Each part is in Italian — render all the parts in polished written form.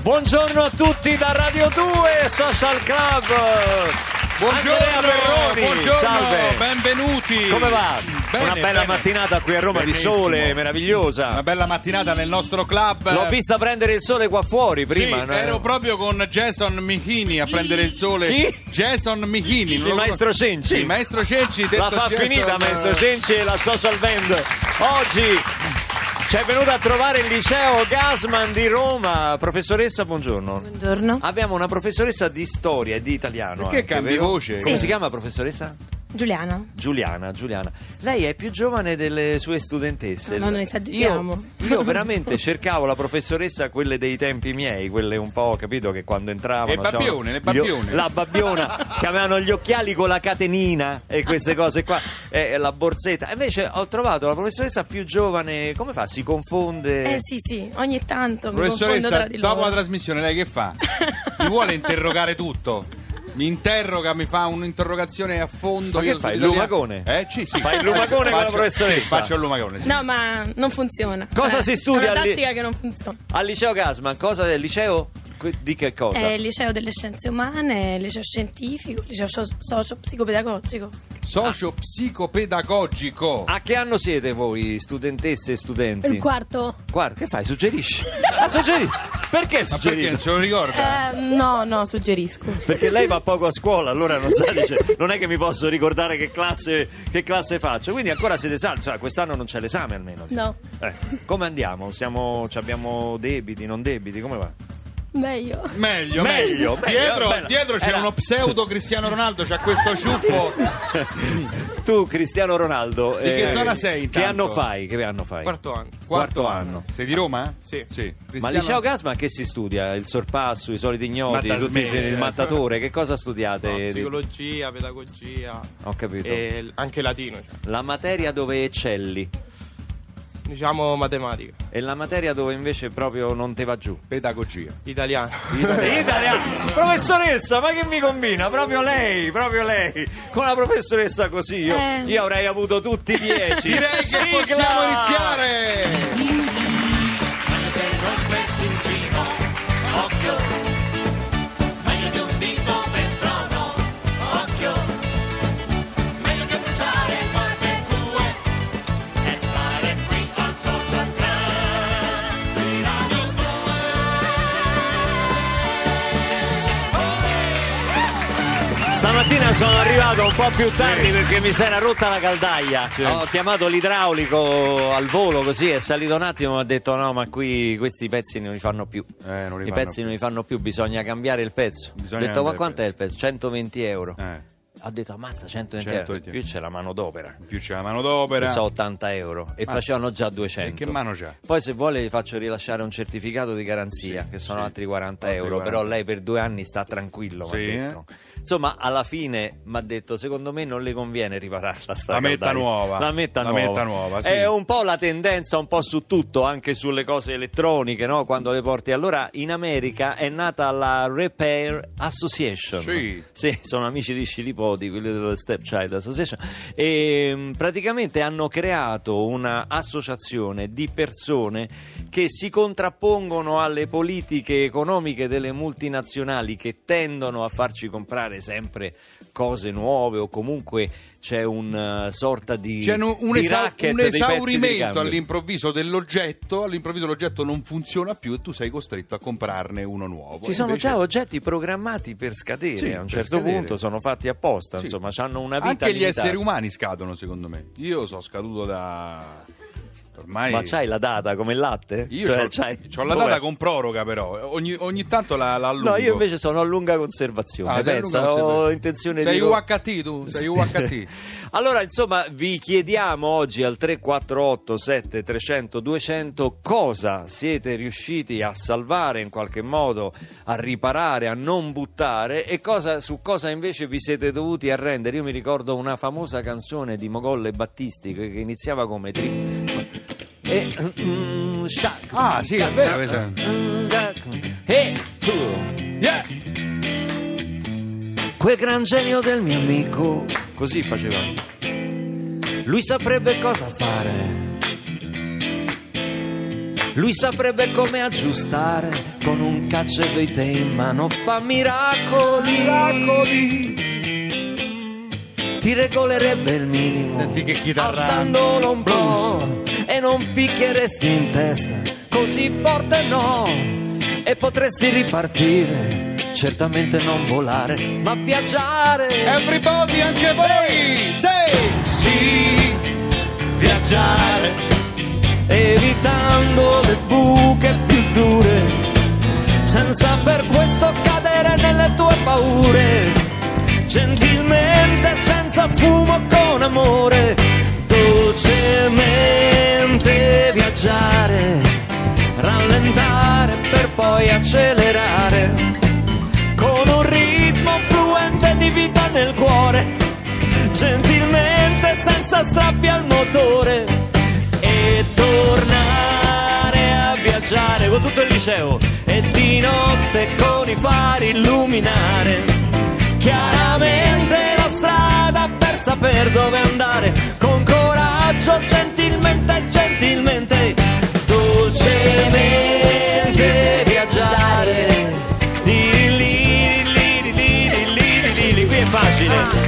Buongiorno a tutti da Radio 2 Social Club. Buongiorno, salve. Benvenuti. Come va? Bene, una bella mattinata qui a Roma. Benissimo. Di sole, meravigliosa. Una bella mattinata nel nostro club. L'ho vista prendere il sole qua fuori prima. Sì, ero proprio con Jason Michini a prendere il sole. Chi? Jason Michini. Il maestro Cenci. Sì, maestro Cenci. La detto fa Jason... finita maestro Cenci e la social band. Oggi ci è venuta a trovare il liceo Gassman di Roma. Professoressa, buongiorno. Buongiorno. Abbiamo una professoressa di storia e di italiano. Perché cambi vero? voce? Come Sì. si chiama, professoressa? Giuliana. Giuliana. Lei è più giovane delle sue studentesse. No, non esageriamo. Io veramente cercavo la professoressa, quelle dei tempi miei, quelle un po', capito, che quando entravano Le babbione, le babbione. la babbiona che avevano gli occhiali con la catenina e queste cose qua, la borsetta. Invece ho trovato la professoressa più giovane. Come fa? Si confonde? Sì, ogni tanto mi confondo Professoressa, tra di loro. dopo la trasmissione lei che fa? Mi vuole interrogare tutto? Mi interroga, mi fa un'interrogazione a fondo. Ma che fai, il lumacone? Sì. Fai il lumacone con la professoressa? Sì, faccio il lumacone, sì. No, ma non funziona. Cosa si studia È una lì? tattica che non funziona. Al liceo Gassman, cosa del liceo? Di che cosa? È il liceo delle scienze umane, il liceo scientifico, il liceo socio-psicopedagogico. Socio-psicopedagogico. A che anno siete voi, studentesse e studenti? Il quarto. Guarda, che fai? Suggerisci? Suggerisci? Perché Ma perché suggerisci? non se lo ricorda? No, suggerisco. Perché lei va poco a scuola, allora non sa, dice, non è che mi posso ricordare che classe faccio. Quindi ancora siete salvi, cioè, quest'anno non c'è l'esame almeno. No. Come andiamo? Abbiamo debiti, non debiti? Come va? Meglio. Meglio. Dietro c'è Era- uno pseudo Cristiano Ronaldo, c'ha questo ciuffo. Tu, Cristiano Ronaldo, Di che zona sei, Che intanto? anno fai? Quarto anno. Quarto anno. Sei di Roma? Sì. Ma Cristiano- al liceo Gassman che si studia? Il sorpasso, i soliti ignoti, Ma da smettere. il mattatore, che cosa studiate? No, psicologia, pedagogia Ho capito. e anche latino, cioè. La materia dove eccelli Diciamo matematica, e la materia dove invece proprio non te va giù. Pedagogia. italiano. Italiano. Professoressa, ma che mi combina? Proprio lei, con la professoressa così io avrei avuto tutti i 10. Direi che Sigla! possiamo iniziare. Stamattina sono arrivato un po' più tardi perché mi si era rotta la caldaia. Ho chiamato l'idraulico al volo, così è salito un attimo e mi ha detto no, ma qui questi pezzi non li fanno più. Non li I fanno pezzi non li fanno più, bisogna cambiare il pezzo. Bisogna Ho detto ma cambiare quanto è il pezzo? 120 euro. Ha detto ammazza, 120 euro. 120. Più c'è la manodopera. Più c'è la manodopera. Che so 80 euro e Mazza. facevano già 200. E che mano c'ha? Poi se vuole gli faccio rilasciare un certificato di garanzia che sono altri 40 Altri euro. 40. Però lei per 2 anni sta tranquillo, m'ha Sì, detto. Insomma, alla fine mi ha detto secondo me non le conviene ripararla sta La metta caldaia. nuova. La metta La nuova. metta nuova, sì. È un po' la tendenza un po' su tutto, anche sulle cose elettroniche, no? Quando le porti. Allora in America è nata la Repair Association. Sì. Sono amici di Scilipoti, quelli dello Stepchild Association, e praticamente hanno creato una associazione di persone che si contrappongono alle politiche economiche delle multinazionali che tendono a farci comprare sempre cose nuove, o comunque c'è una sorta di C'è un di racket un dei pezzi di esaurimento ricambio. all'improvviso l'oggetto non funziona più e tu sei costretto a comprarne uno nuovo. Ci sono Invece- già oggetti programmati per scadere, Sì, a un per certo scadere. punto sono fatti apposta, Sì. insomma, hanno una vita Anche gli limitata. esseri umani scadono, secondo me. Io sono scaduto da... Ormai... Ma c'hai la data come il latte? Io Cioè, c'ho la Dov'è? data con proroga, però ogni tanto la allungo. No, io invece sono a lunga conservazione. sei a Pensa, lunga ho conservazione. intenzione Sei di. UHT tu? Sei UHT. Allora, insomma, vi chiediamo oggi al 348 7300 200 cosa siete riusciti a salvare in qualche modo, a riparare, a non buttare, e su cosa invece vi siete dovuti arrendere. Io mi ricordo una famosa canzone di Mogolle e Battisti che iniziava come Ah, sì, è vero. E tu, Yeah. quel gran genio del mio amico, così faceva. Lui saprebbe cosa fare. Lui saprebbe come aggiustare, con un cacciavite in mano fa miracoli. Ti regolerebbe il minimo, Senti che chitarra. alzandolo un po', e non picchieresti in testa così forte, no. E potresti ripartire, certamente non volare, ma viaggiare. Everybody, anche voi! Sì, viaggiare, evitando le buche più dure, senza per questo cadere nelle tue paure, gentilmente, senza fumo, con amore, dolcemente viaggiare, rallentare per poi accelerare, con un ritmo fluente di vita nel cuore, gentilmente, senza strappi al motore, e tornare a viaggiare con tutto il liceo, e di notte con i fari illuminare chiaramente la strada per saper dove andare, con coraggio, gentilmente, gentilmente, dolcemente viaggiare. Qui è facile.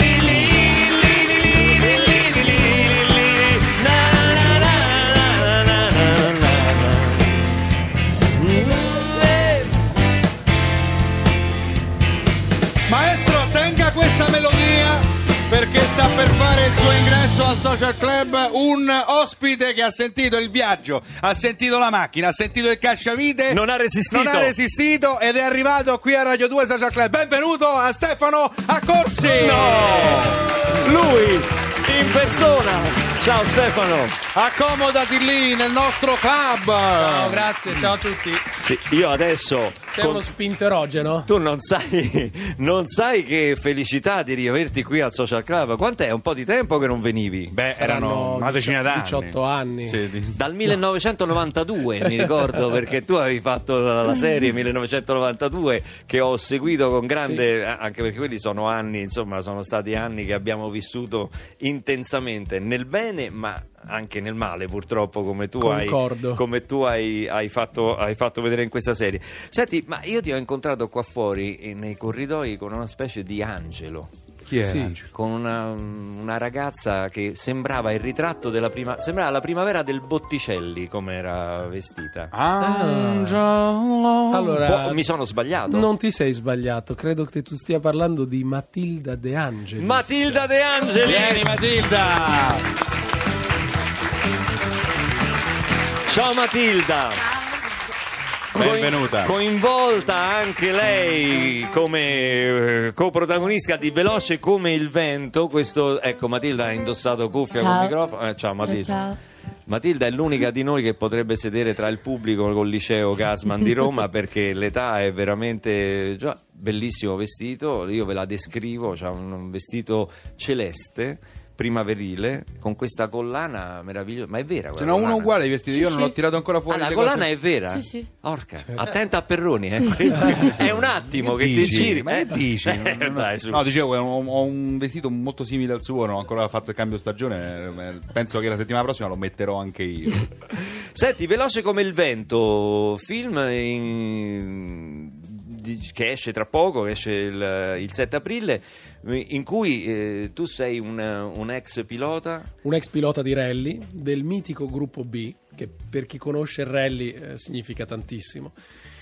Maestro, tenga questa melodia perché sta per fare il suo ingresso al Social Club un ospite che ha sentito il viaggio, ha sentito la macchina, ha sentito il cacciavite, Non ha resistito. ed è arrivato qui a Radio 2 Social Club. Benvenuto a Stefano Accorsi! Lui in persona. Ciao Stefano. Accomodati lì nel nostro club. Ciao, grazie, ciao a tutti. Sì, io adesso C'è uno spinterogeno? tu non sai che felicità di riaverti qui al Social Club. Quant'è? Un po' di tempo che non venivi? Beh, Saranno erano una decina d'anni. 18 anni. Sì, Dal 1992 mi ricordo, perché tu avevi fatto la serie 1992 che ho seguito con grande, anche perché quelli sono anni, insomma, sono stati anni che abbiamo vissuto intensamente nel bene ma anche nel male, purtroppo, come tu Concordo. hai fatto vedere in questa serie. Senti, ma io ti ho incontrato qua fuori nei corridoi con una specie di angelo. Chi è? Sì. Con una ragazza che sembrava il ritratto sembrava la primavera del Botticelli, come era vestita. Angelo. Allora, Mi sono sbagliato? non ti sei sbagliato, credo che tu stia parlando di Matilda De Angelis. Matilda De Angelis! Vieni Matilda. Ciao Matilda! Benvenuta. Coinvolta anche lei come coprotagonista di Veloce come il vento. Ecco, Matilda ha indossato cuffia con microfono. Ciao Matilda. Ciao. Matilda è l'unica di noi che potrebbe sedere tra il pubblico col liceo Gassman di Roma, perché l'età è veramente bellissimo vestito. Io ve la descrivo, c'ha un vestito celeste, primaverile, con questa collana meravigliosa. Ma è vera quella Ce n'ho uno collana? uguale di vestiti, io non l'ho tirato ancora fuori. La le collana cose. è vera? Sì, sì. Orca, attenta a Perroni, è un attimo che ti dici? giri. Ma che dici? Dai, su. No, dicevo, ho un vestito molto simile al suo, non ho ancora fatto il cambio stagione, penso che la settimana prossima lo metterò anche io. Senti, Veloce come il vento, film che esce tra poco, che esce il 7 aprile, in cui tu sei un ex pilota. Un ex pilota di rally del mitico gruppo B, che per chi conosce il rally significa tantissimo.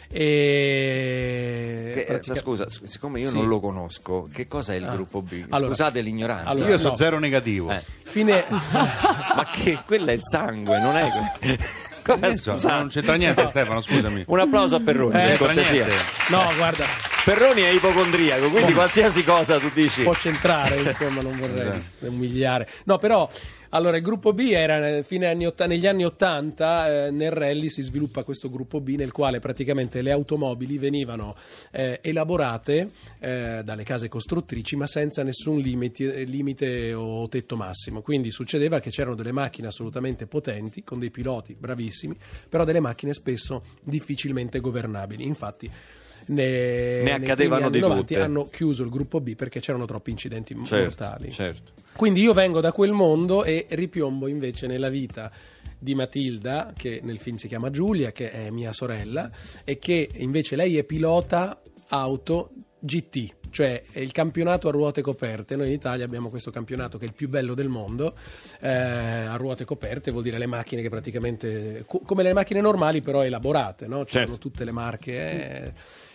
Scusa, siccome io Sì. non lo conosco, che cosa è il gruppo B? Allora- Scusate l'ignoranza. allora- Io sono no. zero negativo. Fine... Ma che quello è il sangue, non è? Non c'entra niente, Stefano, scusami. Un applauso a Perroni, per c'entra cortesia. niente. No, guarda, Perroni è ipocondriaco, quindi qualsiasi cosa tu dici. può centrare, insomma, non vorrei umiliare. No, però, allora, il gruppo B era negli anni 80, nel rally si sviluppa questo gruppo B nel quale praticamente le automobili venivano elaborate dalle case costruttrici, ma senza nessun limite o tetto massimo. Quindi succedeva che c'erano delle macchine assolutamente potenti, con dei piloti bravissimi, però delle macchine spesso difficilmente governabili. Infatti Ne accadevano nei primi di anni 90 tutte. hanno chiuso il gruppo B perché c'erano troppi incidenti mortali. Certo. Quindi io vengo da quel mondo e ripiombo invece nella vita di Matilda, che nel film si chiama Giulia, che è mia sorella, e che invece lei è pilota auto GT, cioè è il campionato a ruote coperte. Noi in Italia abbiamo questo campionato che è il più bello del mondo, a ruote coperte, vuol dire le macchine che praticamente come le macchine normali però elaborate, no? C'erano Certo. tutte le marche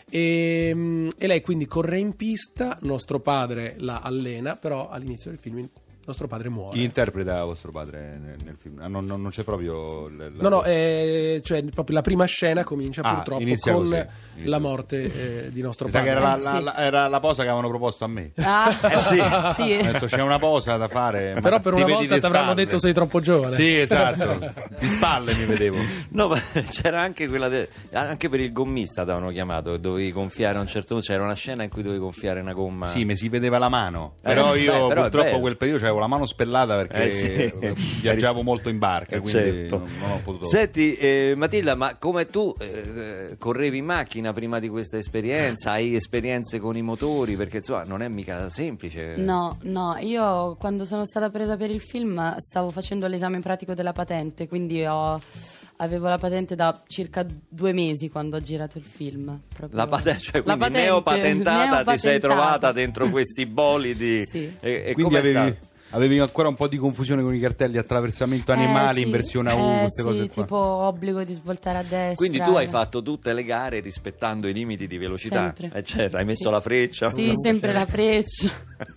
e lei quindi corre in pista, nostro padre la allena, però all'inizio del film nostro padre muore. Chi interpreta vostro padre nel film? Non c'è proprio cioè proprio la prima scena comincia purtroppo inizia con così. la morte di nostro Mi sa che padre. era la posa che avevano proposto a me. Sì. Ho detto c'è una posa da fare, Però ma per ti una vedi volta di ti avranno spalle. detto sei troppo giovane. Sì, esatto, di spalle mi vedevo. No, ma c'era anche quella anche per il gommista t'avevano chiamato, dovevi gonfiare a un certo punto, c'era una scena in cui dovevi gonfiare una gomma. Sì, mi si vedeva la mano, però io però è purtroppo bello. quel periodo avevo la mano spellata perché Sì. viaggiavo molto in barca, quindi Certo. non ho potuto. Senti, Matilda, ma come tu correvi in macchina prima di questa esperienza? Hai esperienze con i motori? Perché insomma non è mica semplice. No, io quando sono stata presa per il film stavo facendo l'esame pratico della patente, quindi avevo la patente da circa 2 mesi quando ho girato il film. Proprio. La patente, cioè, La quindi neopatentata ti sei neopatentata. trovata dentro questi bolidi. Sì. E Quindi come sta? avevi ancora un po' di confusione con i cartelli attraversamento animali Sì. in versione A1, queste sì, cose qua. tipo obbligo di svoltare a destra. Quindi tu hai fatto tutte le gare rispettando i limiti di velocità. Sempre. Certo, hai messo Sì. la freccia. Sì, sempre la freccia.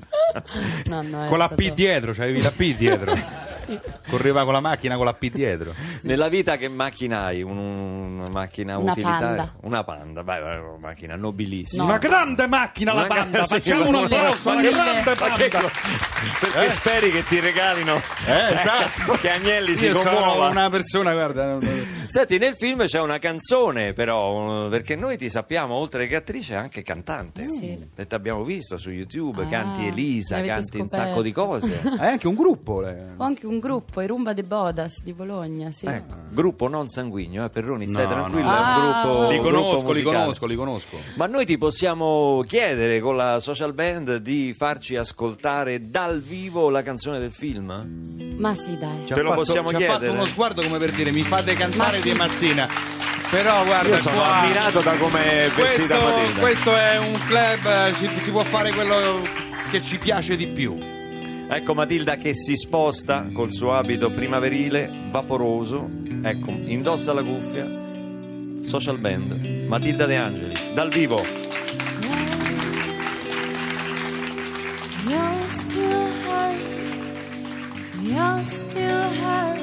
No, è Con la stato- P dietro, c'avevi la P dietro. Correva con la macchina con la P dietro. Nella vita che macchina hai? Una macchina Una utilitaria? Panda. Una Panda, vai, una macchina nobilissima. No. Una grande macchina la Una Panda, sì, facciamo ma- un applauso, una mille. grande Ma che Panda. perché speri che ti regalino Esatto. che Agnelli si Io sono commuova. una persona, guarda. Senti, nel film c'è una canzone però, perché noi ti sappiamo oltre che attrice anche cantante. Sì. E ti abbiamo visto su YouTube, Ah, canti Elisa, mi avete canti un scoperto. sacco di cose. Hai anche un gruppo. lei. Ho anche un gruppo, i Rumba de Bodas di Bologna, sì. Ecco, gruppo non sanguigno, Perroni, stai No, tranquillo, no. è un Ah. gruppo, Li gruppo musicale. li conosco. Ma noi ti possiamo chiedere con la social band di farci ascoltare dal vivo la canzone del film? Ma sì, dai. Te lo possiamo ci ha chiedere? fatto uno sguardo come per dire mi fate cantare Ma sì. di mattina. Però guarda, Io sono qua- ammirato da come è vestita Matilda. questo è un club, si può fare quello che ci piace di più. Ecco Matilda che si sposta col suo abito primaverile, vaporoso. Ecco, indossa la cuffia. Social band, Matilda De Angelis, dal vivo. You're still hurt. You're still hurt.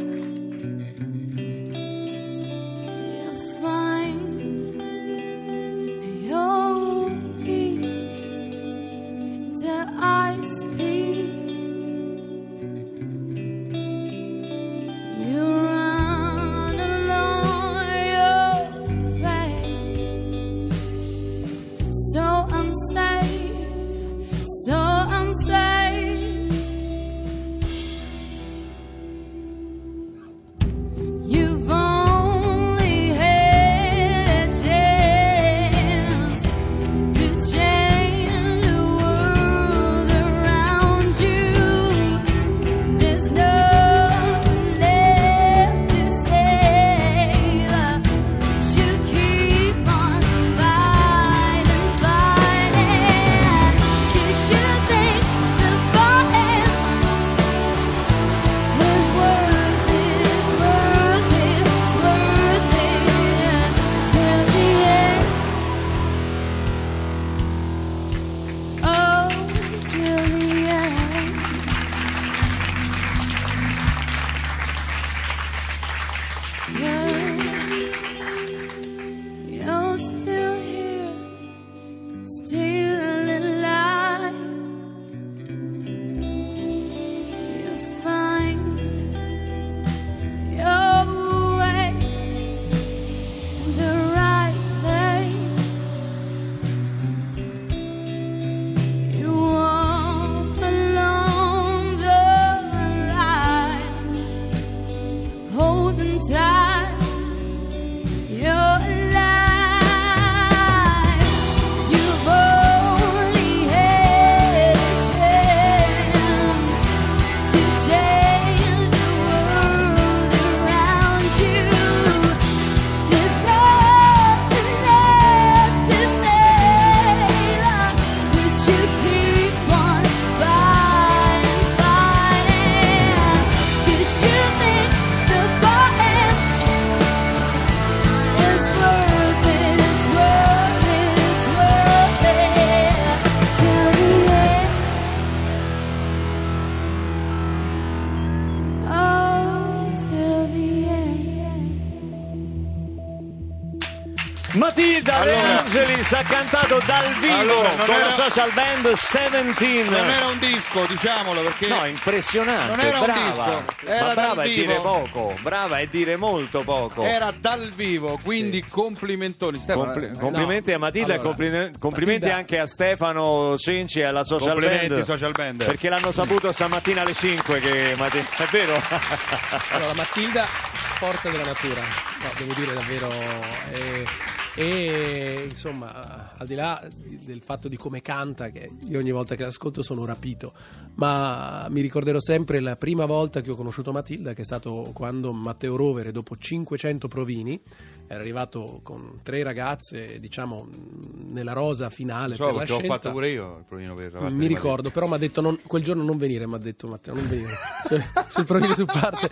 You'll find your peace until I speak. You run along your way, so I'm safe, so I'm safe. You've only had a chance to change the world around you. There's nothing left to say, but you keep on fighting, fighting. You should think the fight is worth it, it's worth it, it's worth it till the end. Oh, till the end. You're still here, still alive. You'll find your way in the right place. You walk along the line, holding tight your life. Matilda De Angelis ha cantato dal vivo con la social band 17. Non era un disco, diciamolo, perché No, impressionante, non era brava. un disco, era Ma brava dal è vivo. dire poco, brava è dire molto poco. Era dal vivo, quindi complimentoni. Stefano, Complimenti a Matilda Allora, e complimenti Matilda- anche a Stefano Cenci e alla social Complimenti, band, social band. perché l'hanno saputo stamattina alle 5 che è vero? Allora, Matilda, forza della natura, no, devo dire davvero. E insomma, al di là del fatto di come canta, che io ogni volta che l'ascolto sono rapito, ma mi ricorderò sempre la prima volta che ho conosciuto Matilda, che è stato quando Matteo Rovere, dopo 500 provini, era arrivato con 3 ragazze, diciamo, nella rosa finale per la perché ho scelta. fatto pure io il provino per la parte Mi di ricordo, però mi ha detto quel giorno non venire, mi ha detto Matteo, non venire sul provino su parte.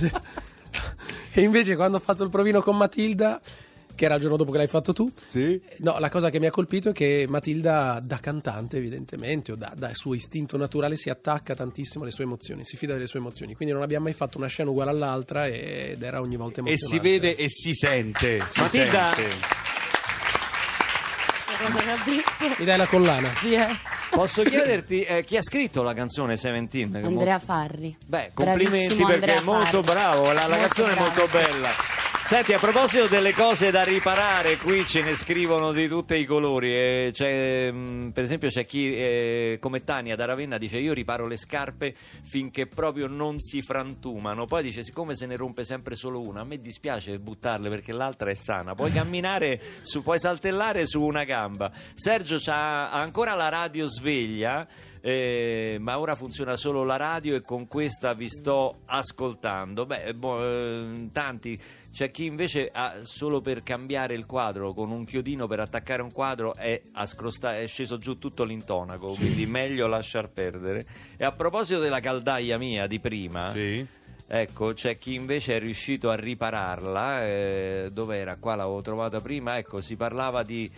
E invece quando ho fatto il provino con Matilda, che era il giorno dopo che l'hai fatto tu, Sì? no, la cosa che mi ha colpito è che Matilda, da cantante evidentemente, o da suo istinto naturale, si attacca tantissimo alle sue emozioni, si fida delle sue emozioni, quindi non abbiamo mai fatto una scena uguale all'altra ed era ogni volta E emozionante. si vede e si sente. Matilda- Cosa che ha detto? Mi dai la collana? Sì, Posso chiederti chi ha scritto la canzone 17? Che Andrea Farri. Beh, complimenti Bravissimo perché Andrea è molto Farri. bravo, la Molto canzone è bravo. molto bella. Senti, a proposito delle cose da riparare, qui ce ne scrivono di tutti i colori. Per esempio c'è chi, come Tania da Ravenna, dice: io riparo le scarpe finché proprio non si frantumano. Poi dice: siccome se ne rompe sempre solo una, a me dispiace buttarle perché l'altra è sana. Puoi camminare, puoi saltellare su una gamba. Sergio ha ancora la radio sveglia. Ma ora funziona solo la radio e con questa vi sto ascoltando. Tanti. C'è chi invece ha, solo per cambiare il quadro con un chiodino per attaccare un quadro è sceso giù tutto l'intonaco, quindi meglio lasciar perdere. E a proposito della caldaia mia di prima, Sì. ecco, c'è chi invece è riuscito a ripararla. Dove era? Qua l'avevo trovata prima. Ecco, si parlava di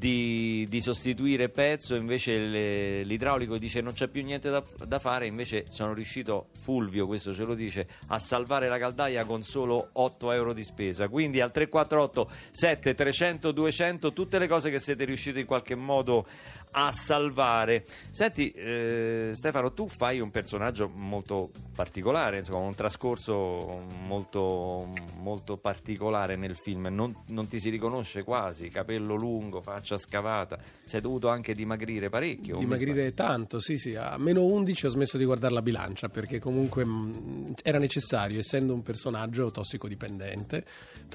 sostituire pezzo, invece l'idraulico dice non c'è più niente da fare, invece sono riuscito, Fulvio questo ce lo dice, a salvare la caldaia con solo 8 euro di spesa. Quindi al 348 7300 200 tutte le cose che siete riusciti in qualche modo a salvare. Senti, Stefano, tu fai un personaggio molto particolare, insomma, un trascorso molto, molto particolare nel film. Non ti si riconosce quasi, capello lungo, faccia scavata. Sei dovuto anche dimagrire parecchio. Dimagrire tanto, sì, a meno 11 ho smesso di guardare la bilancia perché comunque era necessario, essendo un personaggio tossicodipendente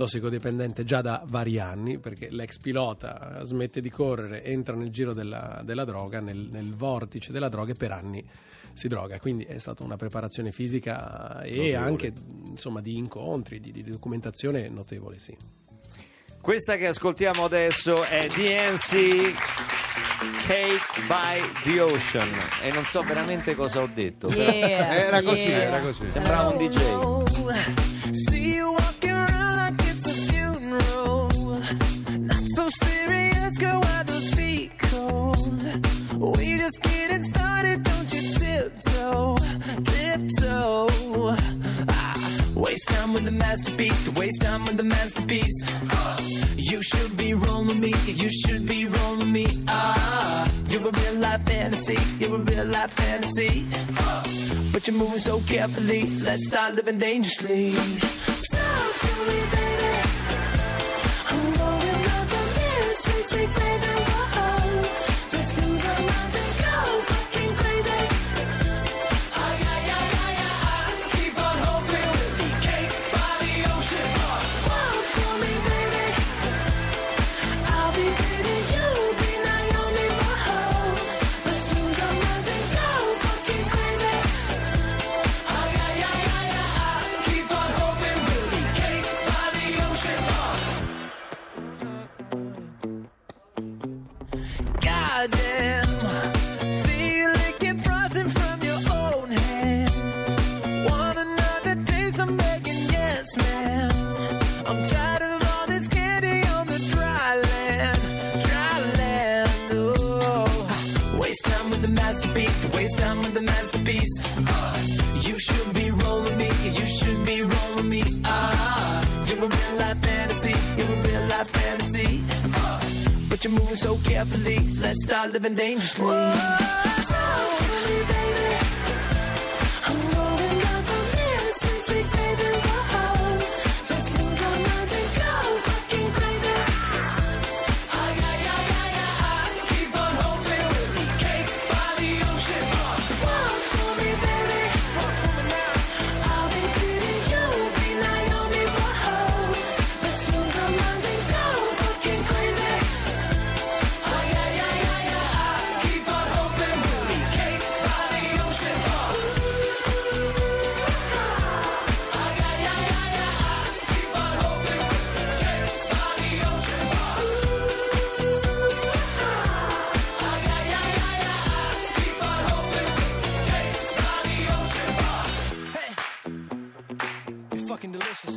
già da vari anni, perché l'ex pilota smette di correre, entra nel giro della droga, nel vortice della droga, e per anni si droga, quindi è stata una preparazione fisica e anche insomma di incontri, di documentazione notevole, sì. Questa che ascoltiamo adesso è DNC, Cake by the Ocean, e non so veramente cosa ho detto. Era così. Sembrava un DJ. See you walking around like it's a funeral. Not so serious, girl, why those feet cold? We just getting started, don't you tiptoe. Waste time with the masterpiece, to waste time with the masterpiece. You should be rolling me, you should be rolling me. You're a real life fantasy, you're a real life fantasy. But you're moving so carefully, let's start living dangerously. Talk to me, baby. I'm going up the stairs, sweet, sweet baby. Whoa. Let's lose our minds and go fucking crazy. Keep on hoping we'll be cake by the ocean. Walk for me, baby. I'll be pretty, you'll be Naomi. Whoa. Let's lose our minds and go fucking crazy. Keep on hoping we'll be cake by the ocean. Goddamn, see you licking frosting from your own hands. Want another taste? I'm begging, yes, ma'am. I'm tired of all this candy on the dry land, oh. Waste time with the masterpiece, to waste time with the masterpiece. You should be rolling me, you should be rolling me. You're a real life fantasy, you're a real life fantasy. but you're moving so carefully. Let's start living dangerously. Talk to me, baby. I'm rolling up from here, sweet, sweet baby. Whoa. Let's lose our minds and go fucking crazy. Ay, ay, ay, ay, ay. Keep on hoping we'll be cake by the ocean. Walk for me, baby. Walk for me now. I'll be pretty, you'll be Naomi. Whoa. Let's lose our minds and go fucking crazy. Ay, ay, ay, ay, ay. Keep on hoping we'll be cake by the ocean. Ay, ay, ay, ay, ay. Keep on hoping we'll be cake by the ocean. Ay, ay, ay, ay, ay. Keep on hoping we'll be cake by the ocean. Hey, you're fucking delicious.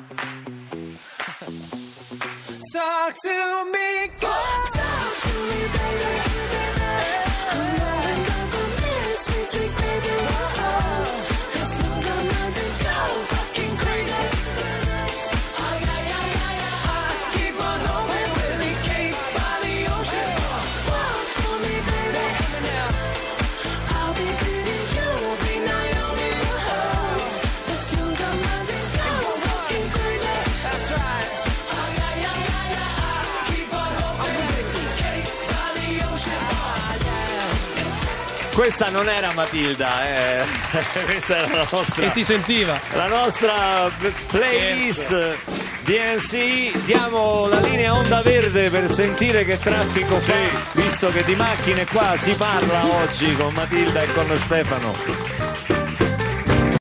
Talk to me, girl. Talk to me, baby. I'm rolling up from here, sweet, sweet baby. Whoa. Let's lose our minds and go fucking crazy. Ay, ay, ay, ay, ay. Keep on hoping we'll be cake by the ocean. Walk for me, baby. I'll be pretty, you'll be Naomi. Whoa. Let's lose our minds and go fucking crazy. That's right. Ay, ay, ay, ay, ay. Keep on hoping we'll be cake by the ocean. Questa non era Matilda, questa era E si sentiva. la nostra playlist DNC. Diamo la linea onda verde per sentire che traffico fa, visto che di macchine qua si parla oggi con Matilda e con Stefano.